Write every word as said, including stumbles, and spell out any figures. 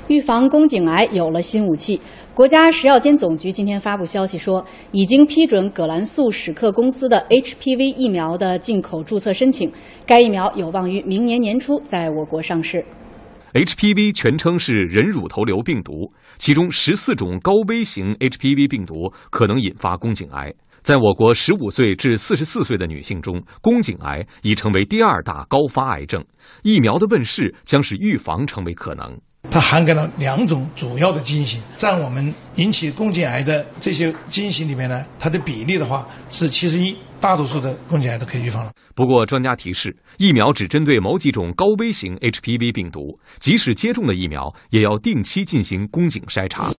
预防宫颈癌有了新武器。国家食药监总局今天发布消息说，已经批准葛兰素史克公司的 H P V 疫苗的进口注册申请，该疫苗有望于明年年初在我国上市。 H P V 全称是人乳头瘤病毒，其中十四种高危型 H P V 病毒可能引发宫颈癌。在我国十五岁至四十四岁的女性中，宫颈癌已成为第二大高发癌症。疫苗的问世将使预防成为可能。 它涵盖了两种主要的基因型，占我们引起宫颈癌的这些基因型里面呢，它的比例的话是七十一，大多数的宫颈癌都可以预防了。 不过，专家提示，疫苗只针对某几种高危型 H P V 病毒，即使接种了疫苗，也要定期进行宫颈筛查。